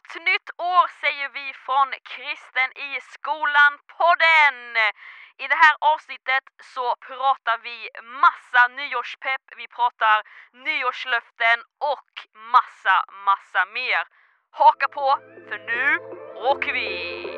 Gott nytt år säger vi från Kristen i skolan-podden. I det här avsnittet så pratar vi massa nyårspepp, vi pratar nyårslöften och massa mer. Haka på, för nu åker vi!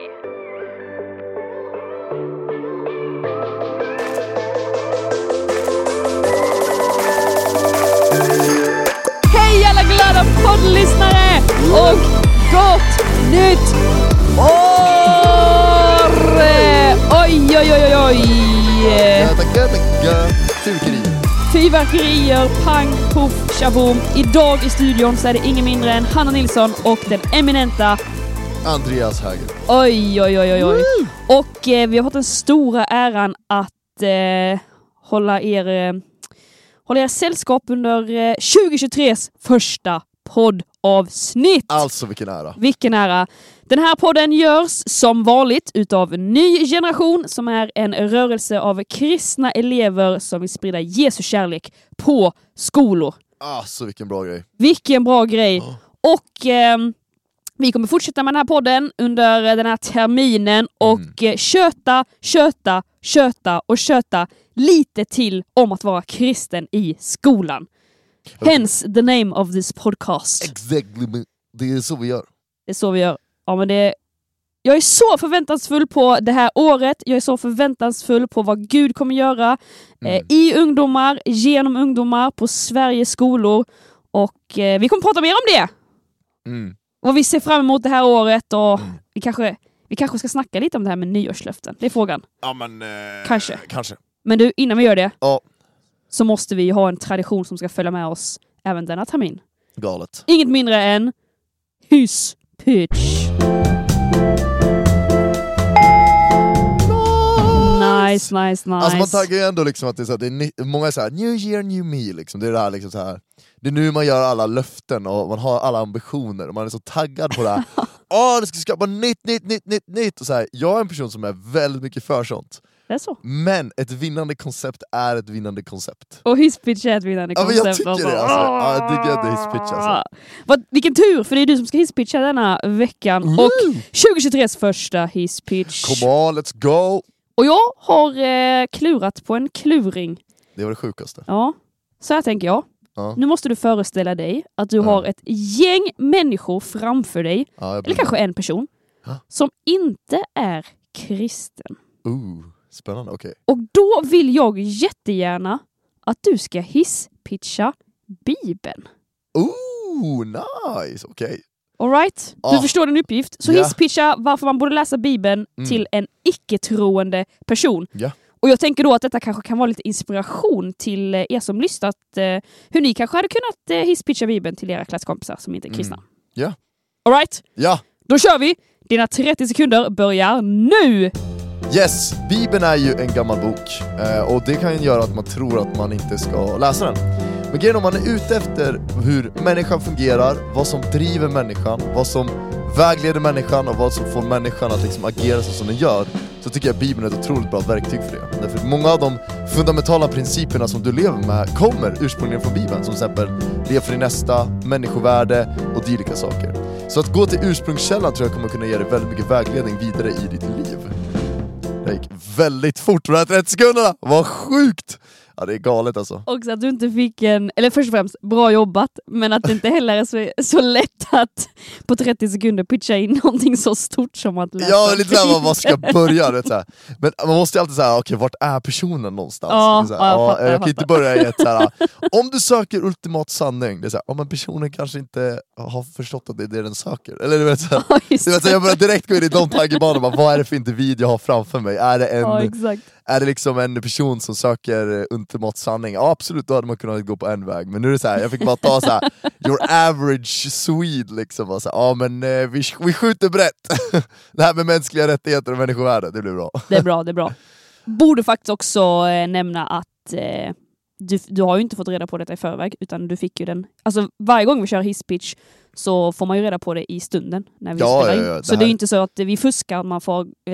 Hej alla glada poddlyssnare och gott nytt år! Oj! Fyrverkerier, pang, puff, shaboom. Idag i studion så är det ingen mindre än Hanna Nilsson och den eminenta Andreas Häger. Oj. Och vi har fått den stora äran att hålla er sällskap under 2023s första poddavsnitt. Alltså vilken ära. Vilken ära. Den här podden görs som vanligt utav Ny Generation som är en rörelse av kristna elever som vill sprida Jesu kärlek på skolor. Alltså vilken bra grej. Vilken bra grej. Oh. Och vi kommer fortsätta med den här podden under den här terminen och köta lite till om att vara kristen i skolan. Hence the name of this podcast. Exactly. Det är så vi gör. Det är så vi gör. Ja, men jag är så förväntansfull på det här året. Jag är så förväntansfull på vad Gud kommer göra i ungdomar, genom ungdomar, på Sveriges skolor. Och vi kommer prata mer om det. Och vi ser fram emot det här året och vi kanske ska snacka lite om det här med nyårslöften. Det är frågan. Ja, men kanske. Men du, innan vi gör det så måste vi ha en tradition som ska följa med oss även denna termin. Galet. Inget mindre än Hyss Pitch. Nice. Alltså man taggar ju ändå liksom att det är så här, många är så här, New Year, New Me liksom. Det är det här liksom så här. Det är nu man gör alla löften och man har alla ambitioner och man är så taggad på det här. Det ska skapa nytt och så här. Jag är en person som är väldigt mycket för sånt. Det är så. Men ett vinnande koncept är ett vinnande koncept. Och hisspitch är ett vinnande koncept. Jag tycker det alltså. Jag tycker att det är hisspitch alltså. Vilken tur, för det är du som ska hisspitcha denna veckan. Och 2023s första hisspitch. Come on, let's go! Och jag har klurat på en kluring. Det var det sjukaste. Ja, så här tänker jag. Nu måste du föreställa dig att du har ett gäng människor framför dig, eller kanske en person, som inte är kristen. Spännande, okej. Och då vill jag jättegärna att du ska hisspitcha Bibeln. Nice, okej. All right, du förstår din uppgift. Så hisspitcha varför man borde läsa Bibeln till en icke-troende person. Och jag tänker då att detta kanske kan vara lite inspiration till er som lyssnat. Hur ni kanske hade kunnat hisspitcha Bibeln till era klasskompisar som inte är kristna. All right? Då kör vi. Dina 30 sekunder börjar nu! Yes, Bibeln är ju en gammal bok. Och det kan ju göra att man tror att man inte ska läsa den. Men grejen om man är ute efter hur människan fungerar, vad som driver människan, vad som vägleder människan och vad som får människan att liksom agera så som den gör, så tycker jag Bibeln är ett otroligt bra verktyg för det. Därför många av de fundamentala principerna som du lever med kommer ursprungligen från Bibeln. Som till exempel lev för din nästa, människovärde och dylika saker. Så att gå till ursprungskällan tror jag kommer kunna ge dig väldigt mycket vägledning vidare i ditt liv. Det gick väldigt fort, de här 30 sekunderna. Vad sjukt! Ja, det är galet alltså. Också att du inte fick eller först och främst, bra jobbat, men att det inte heller är så lätt att på 30 sekunder pitcha in någonting så stort som att läsa. Ja, lite där man ska börja. Vet, så här. Men man måste ju alltid säga, okej, vart är personen någonstans? Jag kan inte börja i ett så här, om du söker ultimat sanning, det är så här, men personen kanske inte har förstått att det är det den söker. Eller du vet, så här, jag börjar direkt gå in i de tankebanorna, vad är det för individ jag har framför mig? Är det är det liksom en person som söker ultimat sanning? Ja, absolut, då hade man kunnat gå på en väg. Men nu är det så här, jag fick bara ta så här, your average Swede liksom. Och så här, men vi skjuter brett. Det här med mänskliga rättigheter och människovärde, det blir bra. Det är bra. Borde faktiskt också nämna att du har ju inte fått reda på detta i förväg, utan du fick ju den. Alltså varje gång vi kör hisspitch så får man ju reda på det i stunden när vi spelar in. Ja, så det är inte så att vi fuskar, man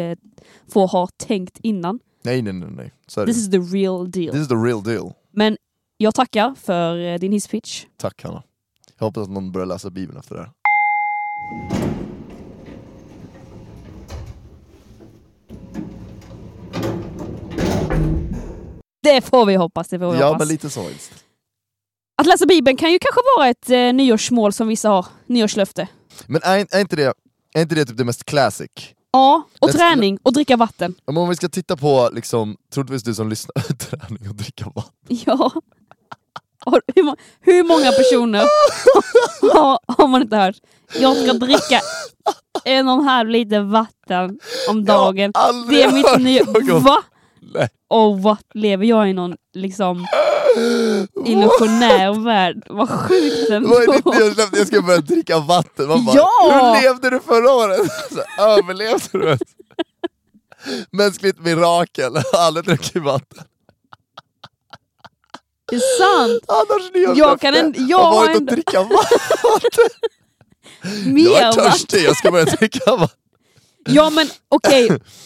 får ha tänkt innan. Nej. This is the real deal. Men jag tackar för din hisspitch. Tack, Hanna. Jag hoppas att någon börjar läsa Bibeln efter det här. Det får vi hoppas. Det får vi Ja, hoppas. men lite så. Att läsa Bibeln kan ju kanske vara ett nyårsmål som vissa har. Nyårslöfte. Men är inte det typ det mest classic? Ja, och träning och dricka vatten. Om vi ska titta på, liksom, troligtvis du som lyssnar, träning och dricka vatten. Ja. Hur många personer har man inte hört? Jag ska dricka 1,5 liter vatten om dagen. Det är mitt nya... Va? Och vad lever jag i någon liksom illusionär värld? Vad sjukt ändå. Vad är ditt nyårslöfte? Jag ska börja dricka vatten. Man bara, Ja! Hur levde du förra året? Så, överlevde du? Mänskligt mirakel. Alla dricker vatten. Det är sant. Annars nyårslöfte. Jag har har varit att dricka vatten. Jag är törstig, jag ska börja dricka vatten. Ja men okej.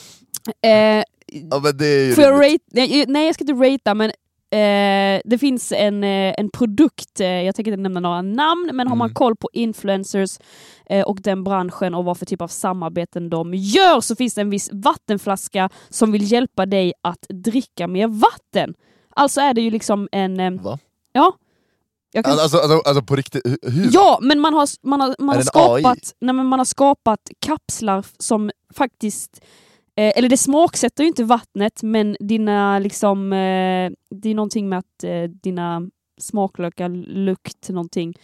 Ja, men det är ju Får jag rate? Nej, jag ska inte ratea, men det finns en produkt, jag tänker inte nämna några namn, men har man koll på influencers och den branschen och vad för typ av samarbeten de gör, så finns det en viss vattenflaska som vill hjälpa dig att dricka mer vatten. Alltså är det ju liksom en... Va? Ja. Alltså på riktigt, hur? Ja, men man har skapat... AI? Nej, men man har skapat kapslar som faktiskt... eller det smaksätter ju inte vattnet, men dina liksom... det är någonting med att dina smaklökar, lukt, någonting...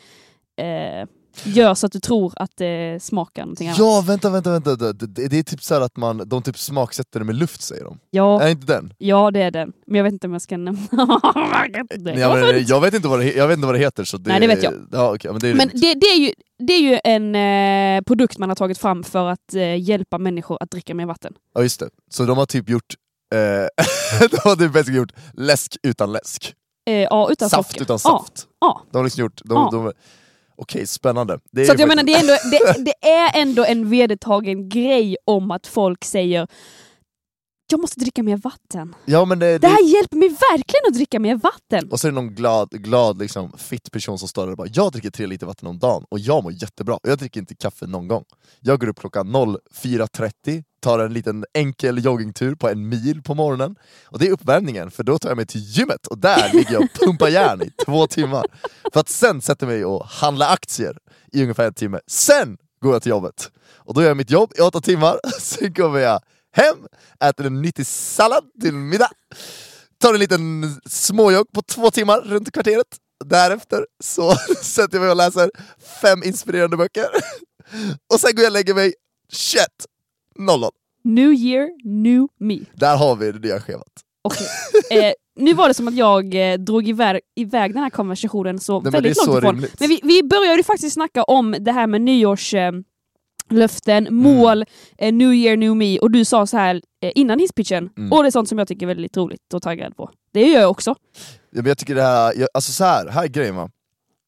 gör så att du tror att det smakar någonting annat. Ja, vänta. Det är typ så här att de typ smaksätter det med luft, säger de. Ja. Är inte den? Ja, det är den. Men jag vet inte om jag ska nämna det. Jag vet inte vad det heter. Så det, nej, det vet jag. Ja, okay, men det är ju en produkt man har tagit fram för att hjälpa människor att dricka mer vatten. Ja, just det. Så de har typ gjort de har typ bäst gjort läsk utan läsk. Ja, utan saft socker. utan saft. Ja. De har liksom gjort... Okej, spännande. Så att jag menar, det är ändå en vedertagen grej om att folk säger jag måste dricka mer vatten. Ja, men det här hjälper mig verkligen att dricka mer vatten. Och så är det någon glad liksom, fit person som står där och bara, jag dricker 3 liter vatten om dagen och jag mår jättebra. Jag dricker inte kaffe någon gång. Jag går upp klockan 04.30, tar en liten enkel joggingtur på 1 mil på morgonen. Och det är uppvärmningen, för då tar jag mig till gymmet och där ligger jag och pumpar järn i 2 timmar. För att sen sätta mig och handla aktier i ungefär 1 timme. Sen går jag till jobbet. Och då gör jag mitt jobb i 8 timmar. Sen kommer jag hem, äter en nyttig sallad till middag, tar en liten småjogg på 2 timmar runt kvarteret. Därefter så sätter jag mig och läser 5 inspirerande böcker. Och sen går jag och lägger mig 21:00. New year, new me. Där har vi det nya schemat. Okay. Nu var det som att jag drog iväg den här konversationen så nej, väldigt långt ifrån. Men vi började ju faktiskt snacka om det här med nyårslöften, mål, new year, new me. Och du sa så här innan hisspitchen. Och det är sånt som jag tycker är väldigt roligt att ta grädd på. Det gör jag också. Ja, men jag tycker det här, alltså så här är grejen, va?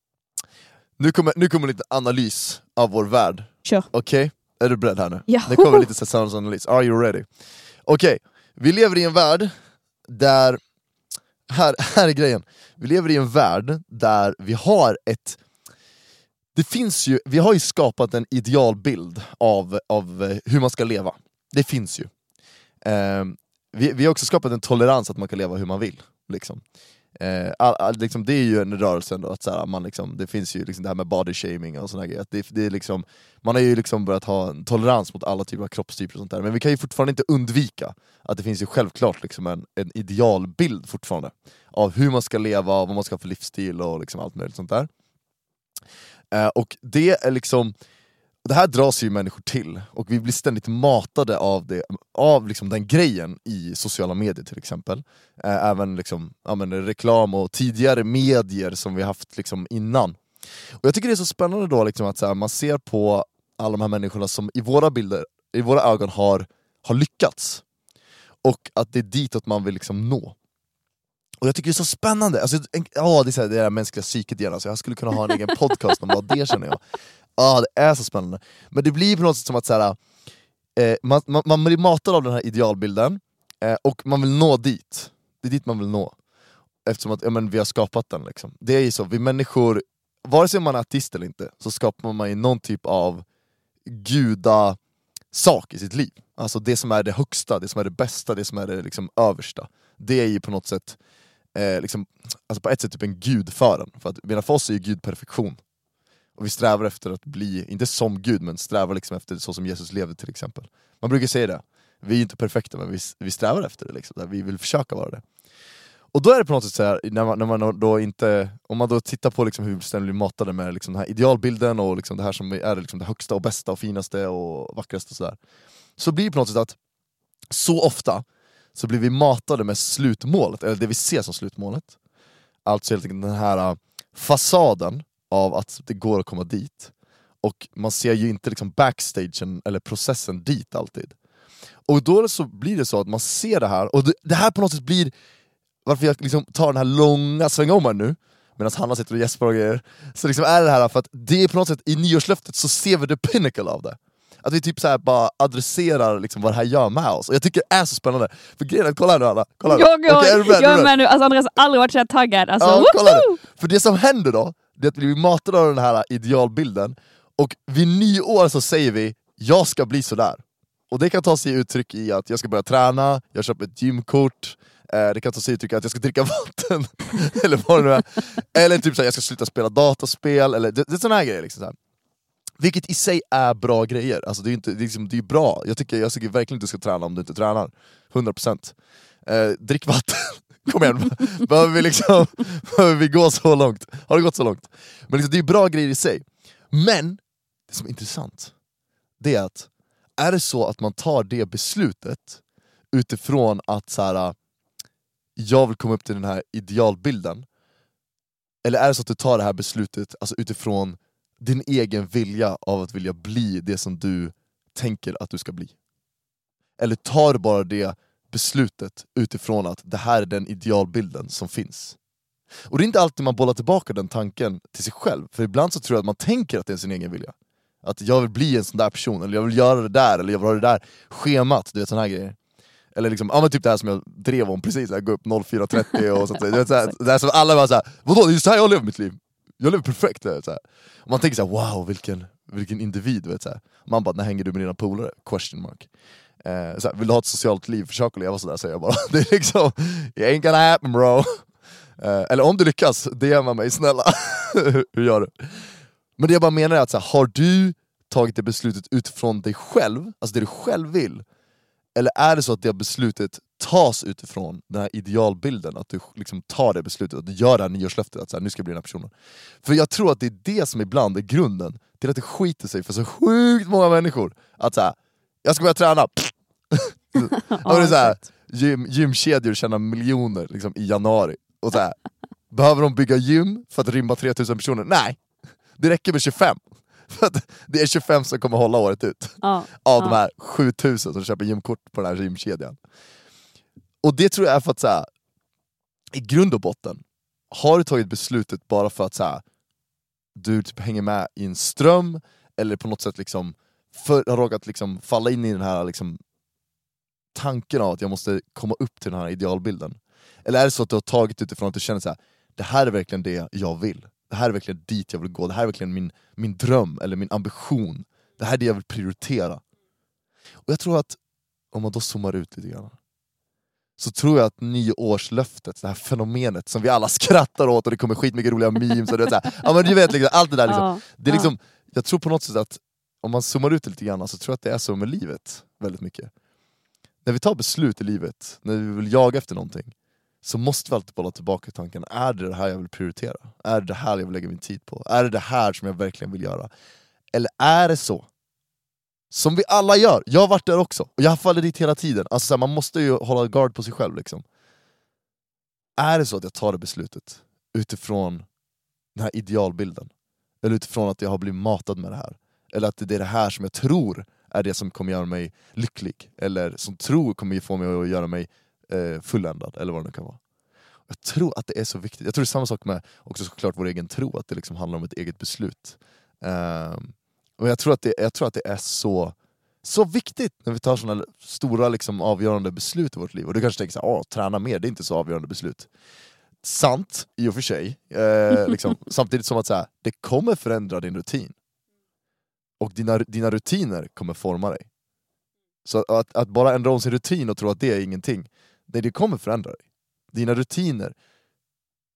Nu kommer lite analys av vår värld. Kör. Okej? Är du beredd här nu? Ja. Det kommer lite säsongsanalys. Are you ready? Okej. Vi lever i en värld där... Här är grejen. Vi lever i en värld där vi har ett... Vi har ju skapat en idealbild av hur man ska leva. Det finns ju. Vi har också skapat en tolerans att man kan leva hur man vill. Liksom. Liksom, det är ju en rörelse ändå, att så här, man liksom, det finns ju liksom det här med body shaming och såna grejer. Det är liksom, man har ju liksom börjat ha en tolerans mot alla typer av kroppstyper och sånt där. Men vi kan ju fortfarande inte undvika att det finns ju självklart liksom en idealbild fortfarande av hur man ska leva, vad man ska ha för livsstil och liksom allt möjligt sånt där. Och det är liksom, det här dras ju människor till, och vi blir ständigt matade av liksom den grejen i sociala medier till exempel. Även liksom, reklam och tidigare medier som vi haft liksom innan. Och jag tycker det är så spännande då liksom att så här, man ser på alla de här människorna som i våra ögon har lyckats. Och att det är ditåt man vill liksom nå. Och jag tycker det är så spännande. Alltså, det är så här, det är mänskliga psyket igen. Alltså, jag skulle kunna ha en egen podcast om vad det, känner jag. Det är så spännande. Men det blir på något sätt som att så här, man blir matad av den här idealbilden, och man vill nå dit. Det är dit man vill nå. Eftersom att vi har skapat den liksom. Det är ju så, vi människor, vare sig man är artist eller inte, så skapar man ju någon typ av gudasak i sitt liv. Alltså det som är det högsta, det som är det bästa, det som är det liksom översta. Det är ju på något sätt liksom, alltså på ett sätt typ en gud för en. För att medan för oss är ju Gud perfektion. Och vi strävar efter att bli, inte som Gud, men strävar liksom efter så som Jesus levde till exempel. Man brukar säga det, vi är inte perfekta men vi strävar efter det liksom. Vi vill försöka vara det. Och då är det på något sätt så här, när man då inte, om man då tittar på liksom hur vi ständigt blir matade med liksom den här idealbilden och liksom det här som är liksom det högsta och bästa och finaste och vackraste och sådär, så blir det på något sätt att så ofta så blir vi matade med slutmålet, eller det vi ser som slutmålet. Alltså helt enkelt den här fasaden av att det går att komma dit. Och man ser ju inte liksom backstagen eller processen dit alltid. Och då så blir det så att man ser det här, och det här på något sätt blir varför jag liksom tar den här långa svängommen nu medan Hanna sitter och gäspar och grejer. Så liksom är det här för att det är på något sätt i nyårslöftet så ser vi the pinnacle av det. Att vi typ så här bara adresserar liksom vad det här gör med oss. Och jag tycker det är så spännande. För grejen är, kolla här nu Anna. Kolla här nu. Jag är med nu. Alltså Andreas har aldrig varit så här taggad. Alltså, ja, kolla nu. För det som händer då, det är att vi blir matade av den här idealbilden. Och vid nyår så säger vi, jag ska bli sådär. Och det kan ta sig uttryck i att jag ska börja träna, jag köper ett gymkort. Det kan ta sig uttryck att jag ska dricka vatten. Eller vad det nu är. Eller typ så här, jag ska sluta spela dataspel. Eller det är såna här grejer liksom så här. Vilket i sig är bra grejer. Alltså det är bra. Jag tycker verkligen inte du ska träna om du inte tränar. 100%. Drick vatten. Kom igen. Behöver vi gå så långt? Har det gått så långt? Men liksom, det är bra grejer i sig. Men det som är intressant, det är att är det så att man tar det beslutet utifrån att så här, jag vill komma upp till den här idealbilden, eller är det så att du tar det här beslutet alltså utifrån din egen vilja av att vilja bli det som du tänker att du ska bli? Eller tar du bara det beslutet utifrån att det här är den idealbilden som finns? Och det är inte alltid man bollar tillbaka den tanken till sig själv. För ibland så tror jag att man tänker att det är sin egen vilja. Att jag vill bli en sån där person, eller jag vill göra det där, eller jag vill ha det där schemat, du vet såna här grejer. Eller liksom, ja men typ det här som jag drev om precis, jag går upp 04.30 och sånt där. Det här som alla var såhär, vadå det är så här jag lever mitt liv. Jag lever perfekt, vet, så här. Och man tänker såhär, wow vilken individ, vet, så här. Man bara, när hänger du med dina polare? Question mark. Så här, vill du ha ett socialt liv, försök att leva sådär, säger jag bara. Det är liksom, it ain't gonna happen bro. Eller om du lyckas, DMa mig snälla. Hur gör du? Men det jag bara menar är att så här, har du tagit det beslutet utifrån dig själv, alltså det du själv vill, eller är det så att det beslutet tas utifrån den här idealbilden, att du liksom tar det beslutet, att du gör det här nyårslöftet, att så här, nu ska jag bli den här personen. För jag tror att det är det som ibland är grunden till att det skiter sig för så sjukt många människor. Att så här, jag ska börja träna. Och det är så här, gymkedjor tjänar miljoner liksom, i januari. Och så här, behöver de bygga gym för att rymma 3000 personer? Nej, det räcker med 25. För att det är 25 som kommer hålla året ut. Av de här 7000 som köper gymkort på den här gymkedjan. Och det tror jag är för att så här, i grund och botten har du tagit beslutet bara för att så här, du typ hänger med i en ström, eller på något sätt liksom har råkat liksom falla in i den här liksom tanken av att jag måste komma upp till den här idealbilden. Eller är det så att du har tagit utifrån att du känner så här, det här är verkligen det jag vill. Det här är verkligen dit jag vill gå. Det här är verkligen min dröm eller min ambition. Det här är det jag vill prioritera. Och jag tror att om man då zoomar ut lite grann, så tror jag att nyårslöftet, det här fenomenet som vi alla skrattar åt och det kommer skitmycket roliga memes och det är så här, ja men du vet liksom, allt det där liksom, det är liksom, jag tror på något sätt att om man zoomar ut lite grann så tror jag att det är så med livet väldigt mycket. När vi tar beslut i livet, när vi vill jaga efter någonting, så måste vi alltid bolla tillbaka tanken, är det här jag vill prioritera? Är det här jag vill lägga min tid på? Är det här som jag verkligen vill göra? Eller är det så som vi alla gör? Jag har varit där också, och jag faller dit hela tiden. Alltså så här, man måste ju hålla guard på sig själv liksom. Är det så att jag tar det beslutet utifrån den här idealbilden, eller utifrån att jag har blivit matad med det här, eller att det är det här som jag tror är det som kommer göra mig lycklig, eller som tror kommer få mig att göra mig fulländad, eller vad det nu kan vara. Jag tror att det är så viktigt. Jag tror det är samma sak med också såklart vår egen tro, att det liksom handlar om ett eget beslut. Och jag tror att det är så viktigt när vi tar sådana stora liksom avgörande beslut i vårt liv. Och du kanske tänker så här, träna mer, det är inte så avgörande beslut. Sant, i och för sig. Liksom, samtidigt som att så här, det kommer förändra din rutin. Och dina rutiner kommer forma dig. Så att bara ändra om sin rutin och tro att det är ingenting, det kommer förändra dig. Dina rutiner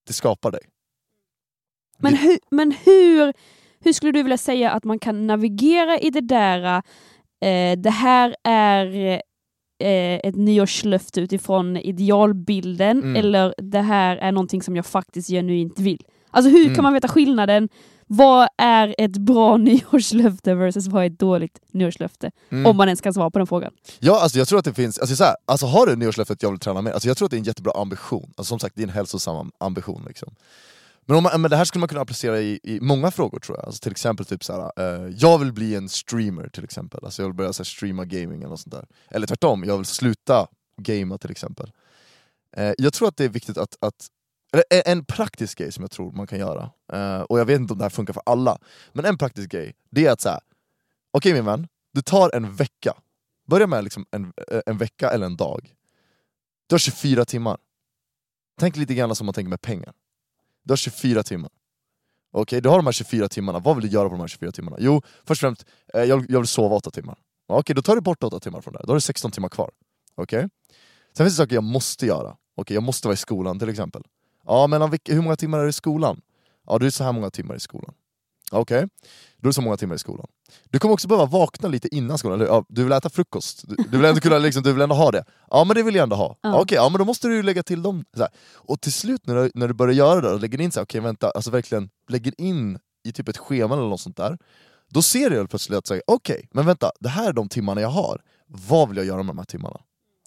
det skapar dig. Men hur skulle du vilja säga att man kan navigera i det där? Det här är ett nyårslöfte utifrån idealbilden, eller det här är någonting som jag faktiskt genuint vill. Alltså hur kan man veta skillnaden? Vad är ett bra nyårslöfte versus vad är ett dåligt nyårslöfte? Om man ens kan svara på den frågan. Ja, alltså jag tror att det finns, alltså har du nyårslöftet jag vill träna mer? Alltså jag tror att det är en jättebra ambition. Alltså som sagt, det är en hälsosam ambition liksom. Men det här skulle man kunna applicera i många frågor tror jag. Alltså till exempel typ jag vill bli en streamer till exempel. Alltså jag vill börja streama gaming eller något sånt där. Eller tvärtom, jag vill sluta gamea till exempel. Jag tror att det är viktigt att en praktisk grej som jag tror man kan göra, och jag vet inte om det här funkar för alla, men en praktisk grej, det är att okej min vän, du tar en vecka. Börja med liksom en vecka eller en dag. Du har 24 timmar. Tänk lite grann som man tänker med pengar. Du har 24 timmar. Okej, du har de här 24 timmarna. Vad vill du göra på de här 24 timmarna? Jo, först och främst, jag vill sova 8 timmar. Okej, då tar du bort 8 timmar från det. Då har du 16 timmar kvar. Okej? Sen finns det saker jag måste göra. Okej, jag måste vara i skolan till exempel. Ja, men hur många timmar är det i skolan? Ja, det är så här många timmar i skolan. Okej, då är det så många timmar i skolan. Du kommer också behöva vakna lite innan skolan. Eller, ja, du vill äta frukost. Du vill ändå kunna, liksom, du vill ändå ha det. Ja, men det vill jag ändå ha. Okej, ja, men då måste du lägga till dem. Så här. Och till slut när du börjar göra det och lägger in okej, vänta, alltså verkligen lägger in i typ ett schema eller något sånt där. Då ser du plötsligt att säga, okej, men vänta, det här är de timmarna jag har. Vad vill jag göra med de här timmarna?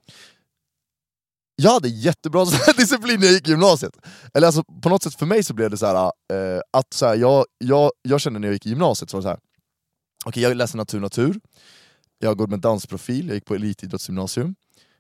Jag hade jättebra disciplin när jag gick i gymnasiet. Eller alltså, på något sätt för mig så blev det jag kände när jag gick i gymnasiet så var det okej, jag läste natur. Jag går med dansprofil, jag gick på elitidrottsgymnasium.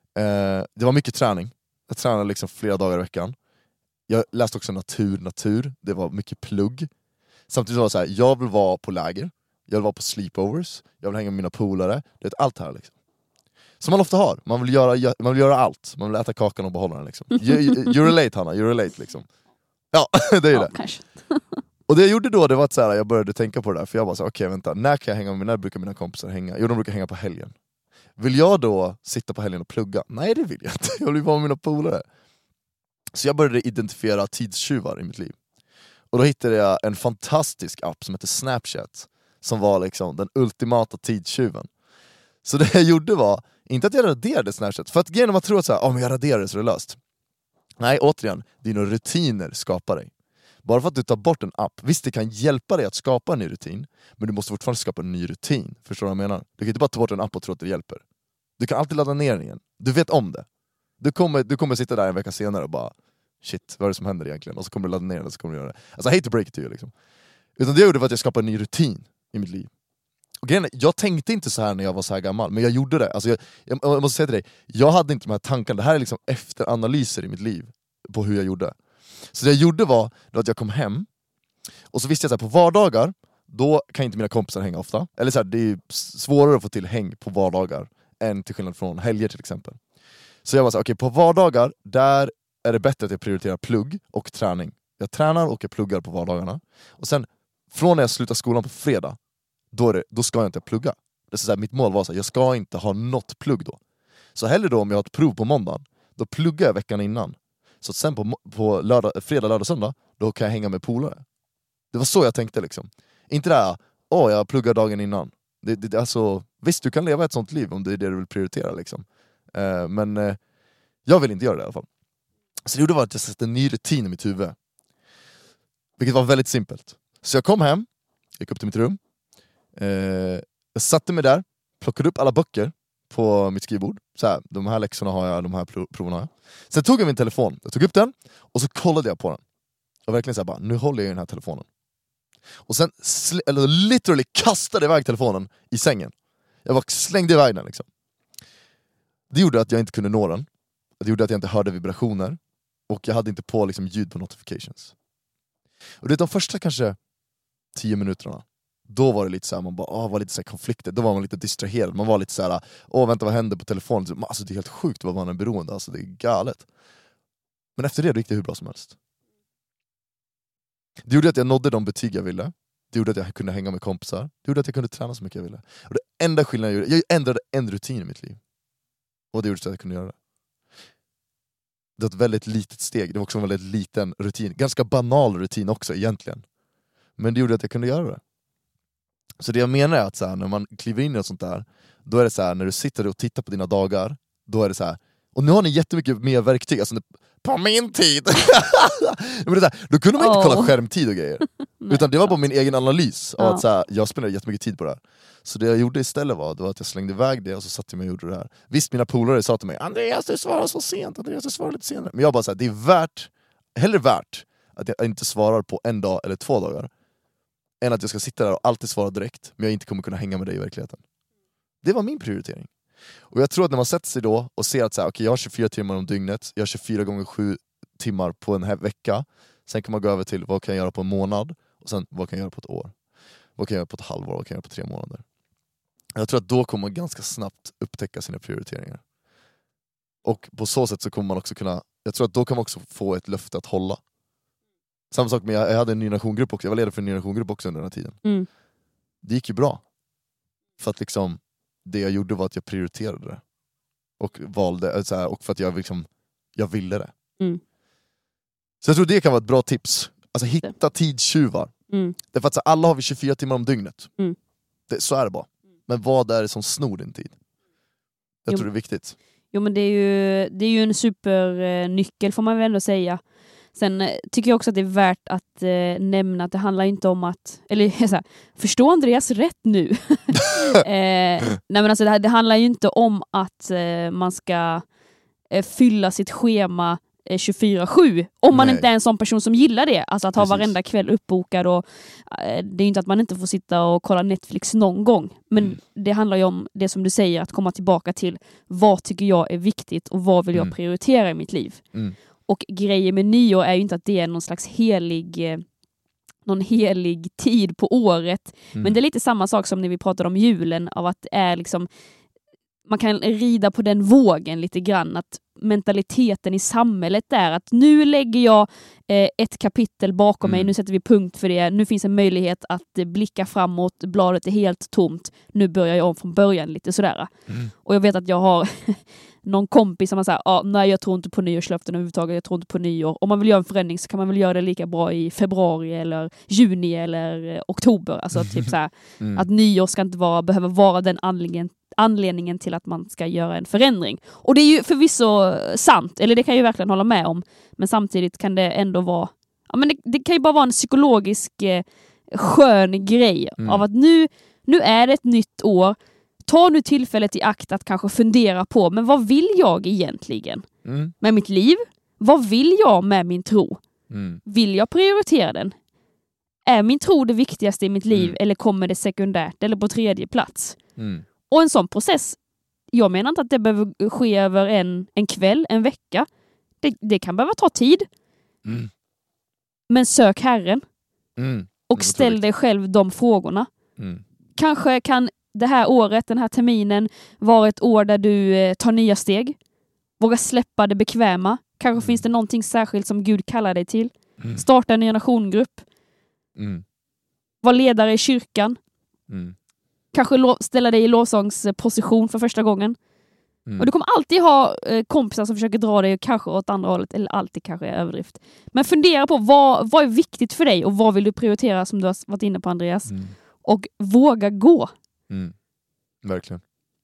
Det var mycket träning. Jag tränade liksom flera dagar i veckan. Jag läste också natur. Det var mycket plugg. Samtidigt var det jag vill vara på läger. Jag vill vara på sleepovers. Jag vill hänga med mina polare. Det är allt här liksom. Som man ofta har. Man vill göra allt. Man vill äta kakan och behålla den liksom. You relate Hanna, you relate liksom. Ja, det är ju det. Kanske. Och det jag gjorde då, det var att jag började tänka på det där. För jag bara okej, vänta, när kan jag hänga med, när brukar mina kompisar hänga? Jo, de brukar hänga på helgen. Vill jag då sitta på helgen och plugga? Nej, det vill jag inte. Jag vill vara med mina polare. Så jag började identifiera tidstjuvar i mitt liv. Och då hittade jag en fantastisk app som heter Snapchat. Som var liksom den ultimata tidstjuven. Så det jag gjorde var, inte att jag raderade Snapchat. För att genom att tro att men jag raderar det så är det löst. Nej, återigen, dina rutiner skapar dig. Bara för att du tar bort en app, visst det kan hjälpa dig att skapa en ny rutin, men du måste fortfarande skapa en ny rutin. Förstår du vad jag menar? Du kan inte bara ta bort en app och tro att det hjälper. Du kan alltid ladda ner den igen. Du vet om det. Du kommer sitta där en vecka senare och bara shit, vad är det som händer egentligen? Och så kommer du ladda ner det och så kommer du göra det. Alltså I hate to break it to you liksom. Utan det jag gjorde var att jag skapade en ny rutin i mitt liv. Och grejen är, jag tänkte inte så här när jag var så här gammal, men jag gjorde det. Alltså jag måste säga till dig, jag hade inte de här tankarna. Det här är liksom efteranalyser i mitt liv på hur jag gjorde. Så det jag gjorde var att jag kom hem och så visste jag att på vardagar då kan inte mina kompisar hänga ofta. Eller så här, det är svårare att få till häng på vardagar än till skillnad från helger till exempel. Så jag var så okej, på vardagar där är det bättre att jag prioriterar plugg och träning. Jag tränar och jag pluggar på vardagarna. Och sen från när jag slutar skolan på fredag, då ska jag inte plugga. Det är så här, mitt mål var jag ska inte ha något plugg då. Så hellre då om jag har ett prov på måndag, då pluggar jag veckan innan. Så sen på fredag, lördag, söndag, då kan jag hänga med polare. Det var så jag tänkte liksom. Inte där, jag pluggar dagen innan. Alltså, visst, du kan leva ett sånt liv om det är det du vill prioritera liksom. Men jag vill inte göra det i alla fall. Så det gjorde var att jag satte en ny rutin i mitt huvud. Vilket var väldigt simpelt. Så jag kom hem, gick upp till mitt rum. Jag satte mig där, plockade upp alla böcker på mitt skrivbord. Så här, de här läxorna har jag, de här proven har jag. Sen tog jag min telefon, jag tog upp den och så kollade jag på den. Och verkligen så här bara, nu håller jag i den här telefonen. Och sen literally kastade iväg telefonen i sängen. Jag bara slängde iväg den liksom. Det gjorde att jag inte kunde nå den. Det gjorde att jag inte hörde vibrationer. Och jag hade inte på liksom ljud på notifications. Och det är de första kanske 10 minuterna. Då var det lite så här, man bara var lite så här konflikter. Då var man lite distraherad. Man var lite så här, vänta, vad händer på telefonen? Alltså det är helt sjukt vad man är beroende. Alltså det är galet. Men efter det gick det hur bra som helst. Det gjorde att jag nådde de betyg jag ville. Det gjorde att jag kunde hänga med kompisar. Det gjorde att jag kunde träna så mycket jag ville. Och det enda skillnaden jag ändrade en rutin i mitt liv. Och det gjorde att jag kunde göra det. det var ett väldigt litet steg. Det var också en väldigt liten rutin. Ganska banal rutin också egentligen. Men det gjorde att jag kunde göra det. Så det jag menar är att så här, när man kliver in i något sånt där, då är det så här, när du sitter och tittar på dina dagar, då är det så här, och nu har ni jättemycket mer verktyg, alltså på min tid. Men det är så här, då kunde man inte kolla skärmtid och grejer. Utan det var bara min egen analys av att så här, jag spenderade jättemycket tid på det här. Så det jag gjorde istället var att jag slängde iväg det och så satt jag mig och gjorde det här. Visst, mina polare sa till mig, Andreas du svarar så sent, Andreas du svarar lite senare. Men jag bara så här, det är hellre värt att jag inte svarar på en dag eller 2 dagar än att jag ska sitta där och alltid svara direkt, men jag inte kommer kunna hänga med dig i verkligheten. Det var min prioritering. Och jag tror att när man sätter sig då och ser att så här, okay, jag har 24 timmar om dygnet, jag har 24 gånger 7 timmar på en här vecka, sen kan man gå över till vad kan jag göra på en månad, och sen vad kan jag göra på ett år, vad kan jag göra på ett halvår, vad kan jag göra på 3 månader. Jag tror att då kommer man ganska snabbt upptäcka sina prioriteringar. Och på så sätt så kommer man också kunna, jag tror att då kan man också få ett löfte att hålla. Samma sak med, jag hade en ny nationgrupp också, jag var ledare för en ny nationgrupp också under den här tiden. Det gick ju bra. För att liksom, det jag gjorde var att jag prioriterade det. Och valde, så här, och för att jag ville det. Så jag tror det kan vara ett bra tips. Alltså hitta tidstjuvar. Därför att så, alla har vi 24 timmar om dygnet. Så är det bara. Men vad är det som snor din tid? Jag tror det är viktigt. Jo, men det är ju en supernyckel får man väl ändå säga. Sen tycker jag också att det är värt att nämna att det handlar inte om att, eller så här, förstå Andreas rätt nu. Nej, men alltså det handlar ju inte om att man ska fylla sitt schema 24/7 om man inte är en sån person som gillar det. Alltså att ha varenda kväll uppbokad, och det är ju inte att man inte får sitta och kolla Netflix någon gång. Men det handlar ju om det som du säger, att komma tillbaka till vad tycker jag är viktigt och vad vill jag prioritera i mitt liv. Och grejer med nyår är ju inte att det är någon slags någon helig tid på året. Men det är lite samma sak som när vi pratade om julen, av att det är liksom, man kan rida på den vågen lite grann, att mentaliteten i samhället är att nu lägger jag ett kapitel bakom mig, nu sätter vi punkt för det, nu finns en möjlighet att blicka framåt, bladet är helt tomt, nu börjar jag om från början lite sådär. Och jag vet att jag har någon kompis som säger, nej jag tror inte på nyårslöften överhuvudtaget, jag tror inte på nyår. Om man vill göra en förändring så kan man väl göra det lika bra i februari eller juni eller oktober. Alltså typ såhär, att nyår ska inte behöva vara den anledningen till att man ska göra en förändring. Och det är ju förvisso sant, eller det kan jag ju verkligen hålla med om, men samtidigt kan det ändå vara, ja, men det kan ju bara vara en psykologisk skön grej av att nu är det ett nytt år. Ta nu tillfället i akt att kanske fundera på, men vad vill jag egentligen med mitt liv? Vad vill jag med min tro? Vill jag prioritera den? Är min tro det viktigaste i mitt liv, eller kommer det sekundärt eller på 3:e plats? Och en sån process, jag menar inte att det behöver ske över en kväll, en vecka. Det kan behöva ta tid. Men sök Herren. Och ställ dig själv de frågorna. Kanske kan det här året, den här terminen, vara ett år där du tar nya steg. Våga släppa det bekväma. Kanske finns det någonting särskilt som Gud kallar dig till. Starta en ny nationgrupp. Var ledare i kyrkan. Kanske ställa dig i lovsångsposition för första gången. Och du kommer alltid ha kompisar som försöker dra dig kanske åt andra hållet, eller alltid kanske är överdrift. Men fundera på vad är viktigt för dig och vad vill du prioritera, som du har varit inne på, Andreas. Och våga gå. Verkligen.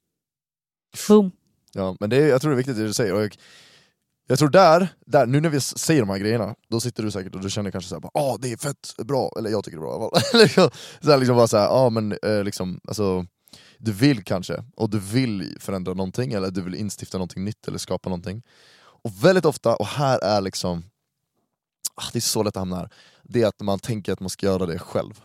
Boom. Ja, men jag tror det är viktigt det du säger. Och jag tror där, nu när vi säger de här grejerna, då sitter du säkert och du känner kanske såhär, det är fett bra, eller jag tycker det är bra. Eller så här, liksom bara såhär, men liksom, alltså, du vill kanske, och du vill förändra någonting, eller du vill instifta någonting nytt, eller skapa någonting. Och väldigt ofta, och här är liksom, det är så lätt att hamna här, det är att man tänker att man ska göra det själv.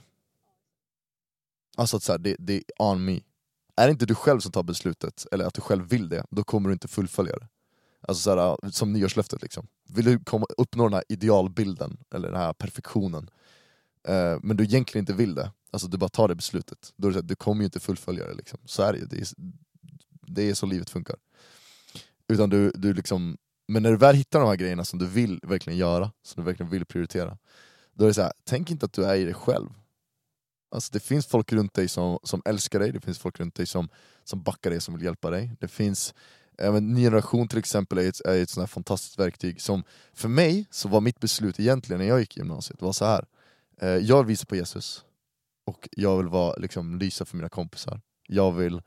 Alltså att så här, det är on me. Är det inte du själv som tar beslutet, eller att du själv vill det, då kommer du inte fullfölja det. Alltså så här, som nyårslöftet liksom. Vill du uppnå den här idealbilden, eller den här perfektionen, men du egentligen inte vill det, alltså du bara tar det beslutet, då är det så här, du kommer ju inte fullfölja det liksom. Så är det är så livet funkar. Utan du liksom, men när du väl hittar de här grejerna som du vill verkligen göra, som du verkligen vill prioritera, då är det så här, tänk inte att du är i dig själv. Alltså det finns folk runt dig som älskar dig, det finns folk runt dig som backar dig, som vill hjälpa dig. Det finns Ny generation till exempel är ett sånt här fantastiskt verktyg som för mig så var mitt beslut egentligen när jag gick i gymnasiet var så här. Jag vill visa på Jesus och jag vill vara, liksom, lysa för mina kompisar. Jag vill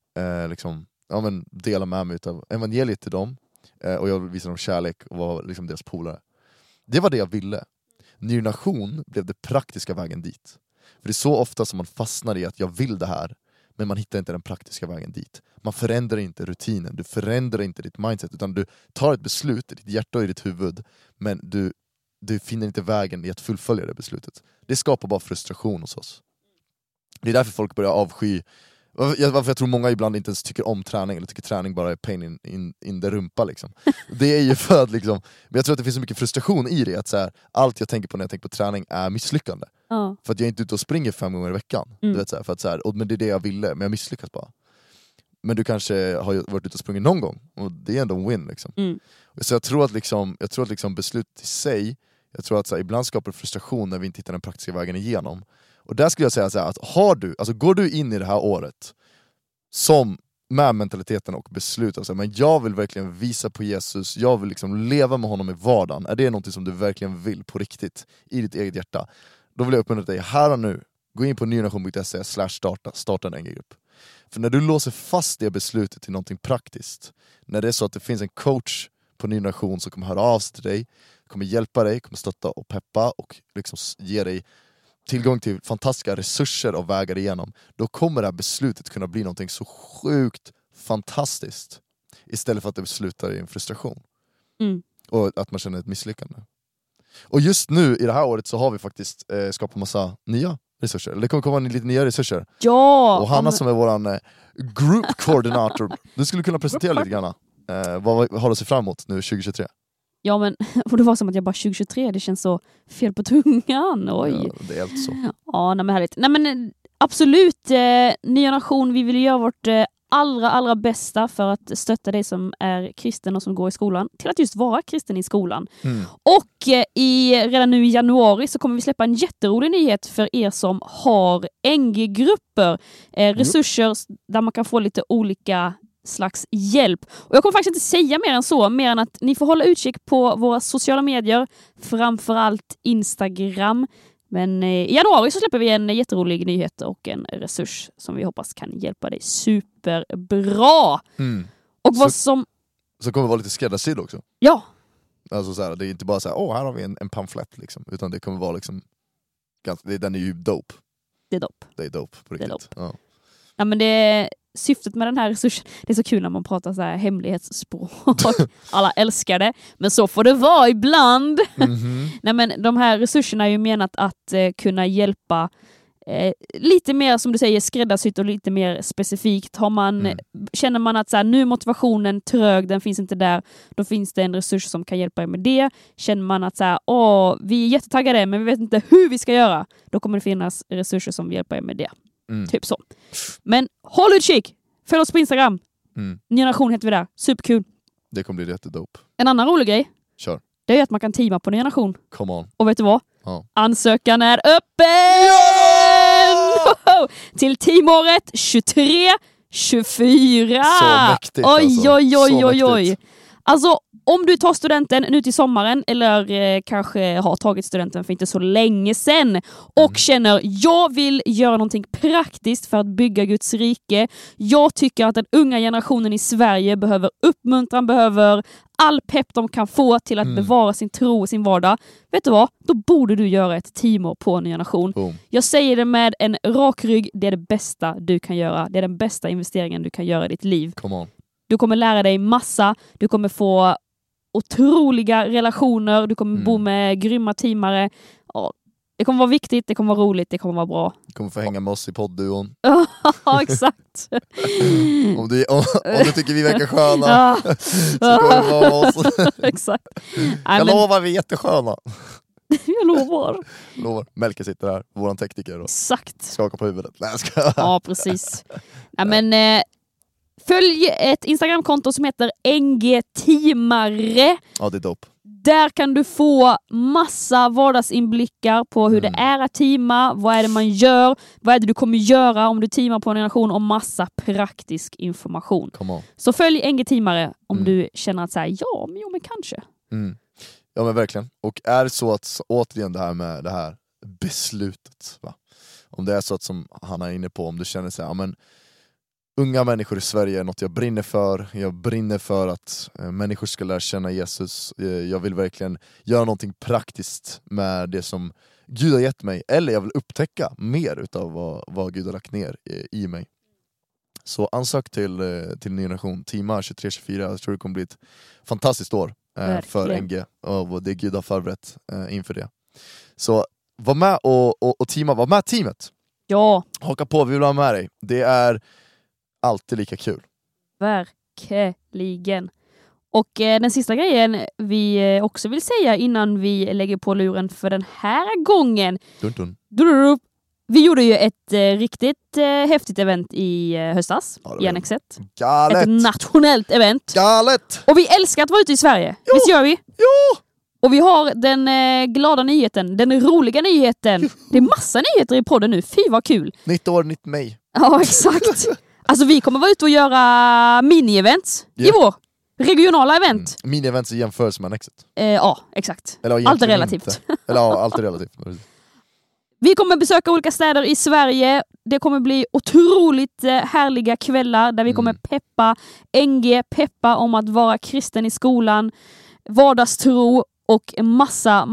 dela med mig av evangeliet till dem och jag vill visa dem kärlek och vara liksom deras polare. Det var det jag ville. Ny generation blev det praktiska vägen dit. För det är så ofta som man fastnar i att jag vill det här, men man hittar inte den praktiska vägen dit. Man förändrar inte rutinen, du förändrar inte ditt mindset, utan du tar ett beslut i ditt hjärta och i ditt huvud, men du finner inte vägen i att fullfölja det beslutet. Det skapar bara frustration hos oss. Det är därför folk börjar avsky. Varför jag tror många ibland inte ens tycker om träning, eller tycker träning bara är pain in the rumpa liksom. Det är ju för att liksom, men jag tror att det finns så mycket frustration i det, att så här, allt jag tänker på när jag tänker på träning är misslyckande. För att jag är inte ute och springer 5 gånger i veckan. Du vet, så här, för att, så här, men det är det jag ville, men jag misslyckas bara. Men du kanske har varit ute och sprungit någon gång, och det är ändå en win liksom. Så jag tror att beslut i sig, jag tror att så här, ibland skapar frustration när vi inte hittar den praktiska vägen igenom. Och där skulle jag säga så här, att går du in i det här året som med mentaliteten och beslut, alltså, men jag vill verkligen visa på Jesus, jag vill liksom leva med honom i vardagen, är det något som du verkligen vill på riktigt i ditt eget hjärta, då vill jag uppmuntra dig här och nu, gå in på nygeneration.se/starta en NG-grupp. För när du låser fast det beslutet till någonting praktiskt, när det är så att det finns en coach på Ny Generation som kommer höra av sig till dig, kommer hjälpa dig, kommer stötta och peppa och liksom ge dig tillgång till fantastiska resurser och vägar igenom, då kommer det här beslutet kunna bli någonting så sjukt fantastiskt, istället för att det slutar i en frustration och att man känner ett misslyckande. Och just nu i det här året så har vi faktiskt skapat massa nya resurser, eller det kommer komma lite nya resurser. Ja! Och Hanna som är våran group coordinator, du skulle kunna presentera lite grann vad har du att se fram emot nu 2023? Ja, men och det var som att jag bara 2023, det känns så fel på tungan. Oj. Ja, det är helt så. Ja, nej, men härligt. Nej, men absolut, Ny Generation, vi vill göra vårt allra bästa för att stötta dig som är kristen och som går i skolan till att just vara kristen i skolan. Och redan nu i januari så kommer vi släppa en jätterolig nyhet för er som har NG-grupper. Resurser där man kan få lite olika slags hjälp. Och jag kommer faktiskt inte säga mer än så, mer än att ni får hålla utkik på våra sociala medier, framförallt Instagram. Men i januari så släpper vi en jätterolig nyhet och en resurs som vi hoppas kan hjälpa dig superbra. Och vad som... Så kommer det vara lite skräddarsydd också. Ja. Alltså så här, det är inte bara så här, här har vi en pamflett liksom, utan det kommer vara liksom den är ju dope. Det är dope. Det är dope på riktigt. Det är dope. Ja, men det syftet med den här resursen, det är så kul när man pratar så här hemlighetsspråk. Alla älskar det, men så får det vara ibland. Nej, men de här resurserna är ju menat att kunna hjälpa lite mer, som du säger, skräddarsytt och lite mer specifikt. Känner man att så här, nu är motivationen trög, den finns inte där, då finns det en resurs som kan hjälpa er med det. Känner man att så här, vi är jättetaggade men vi vet inte hur vi ska göra, då kommer det finnas resurser som hjälper er med det. Typ så. Men håll utkik! Följ oss på Instagram. Ny Generation heter vi där. Superkul. Det kommer bli jättedope. En annan rolig grej. Kör. Det är att man kan teama på Ny Generation. Come on. Och vet du vad? Ansökan är öppen! Ja! Till teamåret 23-24. Så mäktigt. Oj. Alltså, om du tar studenten nu till sommaren, eller kanske har tagit studenten för inte så länge sedan och känner, jag vill göra någonting praktiskt för att bygga Guds rike. Jag tycker att den unga generationen i Sverige behöver uppmuntran, behöver all pepp de kan få till att bevara sin tro i sin vardag. Vet du vad? Då borde du göra ett teamår på Ny Generation. Jag säger det med en rak rygg, det är det bästa du kan göra. Det är den bästa investeringen du kan göra i ditt liv. Come on. Du kommer lära dig massa, du kommer få otroliga relationer, du kommer bo med grymma teamare. Det kommer vara viktigt, det kommer vara roligt, det kommer vara bra. Du kommer få hänga med oss i poddduon. Ja, exakt. om du tycker vi verkar sköna så kommer det vara oss. Exakt. Jag lovar, vi är jättesköna. Jag lovar. Melke sitter här, våran tekniker. Exakt. Skakar på huvudet. Nej, jag ska. Ja, precis. Men följ ett Instagramkonto som heter NG Teamare. Ja, det är dope. Där kan du få massa vardagsinblickar på hur det är att teama, vad är det man gör, vad är det du kommer göra om du teamar på en relation och massa praktisk information. Så följ NG Teamare om du känner att säga ja, men kanske. Ja men verkligen. Och är det så att återigen det här med det här beslutet, va? Om det är så att som han är inne på, om du känner sig, ja men unga människor i Sverige är något jag brinner för. Jag brinner för att människor ska lära känna Jesus. Jag vill verkligen göra någonting praktiskt med det som Gud har gett mig. Eller jag vill upptäcka mer utav vad Gud har lagt ner i mig. Så ansök till Ny Generation. Teama 23-24. Jag tror det kommer bli ett fantastiskt år för NG. Och det Gud har förberett inför det. Så var med och teama. Var med teamet. Ja. Haka på, vi vill ha med dig. Det är alltid lika kul. Verkligen. Och den sista grejen vi också vill säga innan vi lägger på luren för den här gången. Vi gjorde ju ett riktigt häftigt event i höstas i Annexet. Galet! Ett nationellt event. Galet! Och vi älskar att vara ute i Sverige. Jo! Visst gör vi? Jo! Och vi har den glada nyheten, den roliga nyheten. Det är massa nyheter i podden nu. Fy vad kul! Nytt år, nytt mig. Ja, exakt. Alltså vi kommer vara ute och göra mini-events i vår. Regionala event. Mini-events i jämförelse med Annexet. Ja, exakt. Eller, allt är relativt. Eller ja, allt är relativt. Vi kommer besöka olika städer i Sverige. Det kommer bli otroligt härliga kvällar där vi kommer peppa NG, peppa om att vara kristen i skolan, vardagstro och massa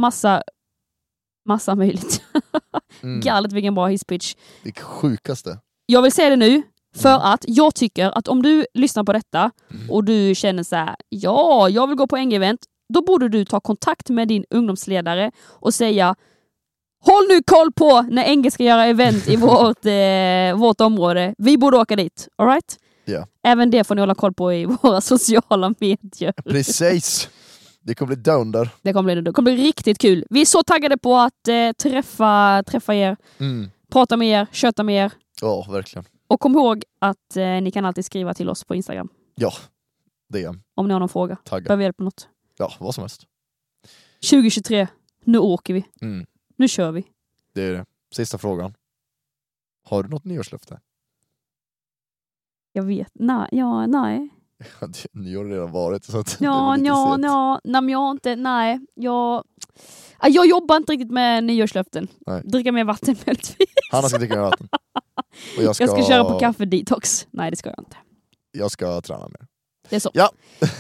möjligt. Galet vilken bra hisspitch. Det sjukaste. Jag vill säga det nu för att jag tycker att om du lyssnar på detta och du känner så här, ja, jag vill gå på NG-event, då borde du ta kontakt med din ungdomsledare och säga, håll nu koll på när NG ska göra event i vårt område. Vi borde åka dit, all right? Yeah. Även det får ni hålla koll på i våra sociala medier. Precis. Det kommer bli down där. Det kommer bli riktigt kul. Vi är så taggade på att träffa er, prata med er, köta med er. Ja, verkligen. Och kom ihåg att ni kan alltid skriva till oss på Instagram. Ja, det. Om ni har någon fråga. Behöver vi hjälp med något? Ja, vad som helst. 2023, nu åker vi. Nu kör vi. Det är det. Sista frågan. Har du något nyårslöfte? Jag vet. Nej. Nyår har redan varit. Så att jag jobbar inte riktigt med nyårslöften. Nej. Dricka mer vatten möjligtvis. Hanna ska dricka mer vatten. Och jag ska köra på kaffe-detox. Nej, det ska jag inte. Jag ska träna mer. Det är så. Ja.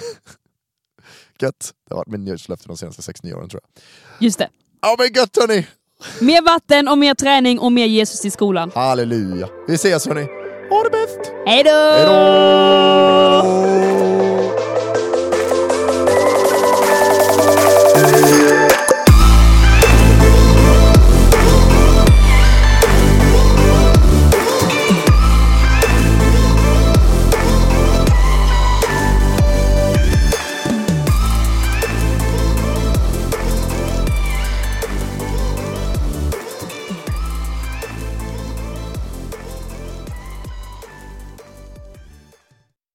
Gött. Det har varit min nyårslöfte de senaste 6-9 åren tror jag. Just det. Ja men gött hörni. Mer vatten och mer träning och mer Jesus i skolan. Halleluja. Vi ses hörni. Ha det bäst. Hej då!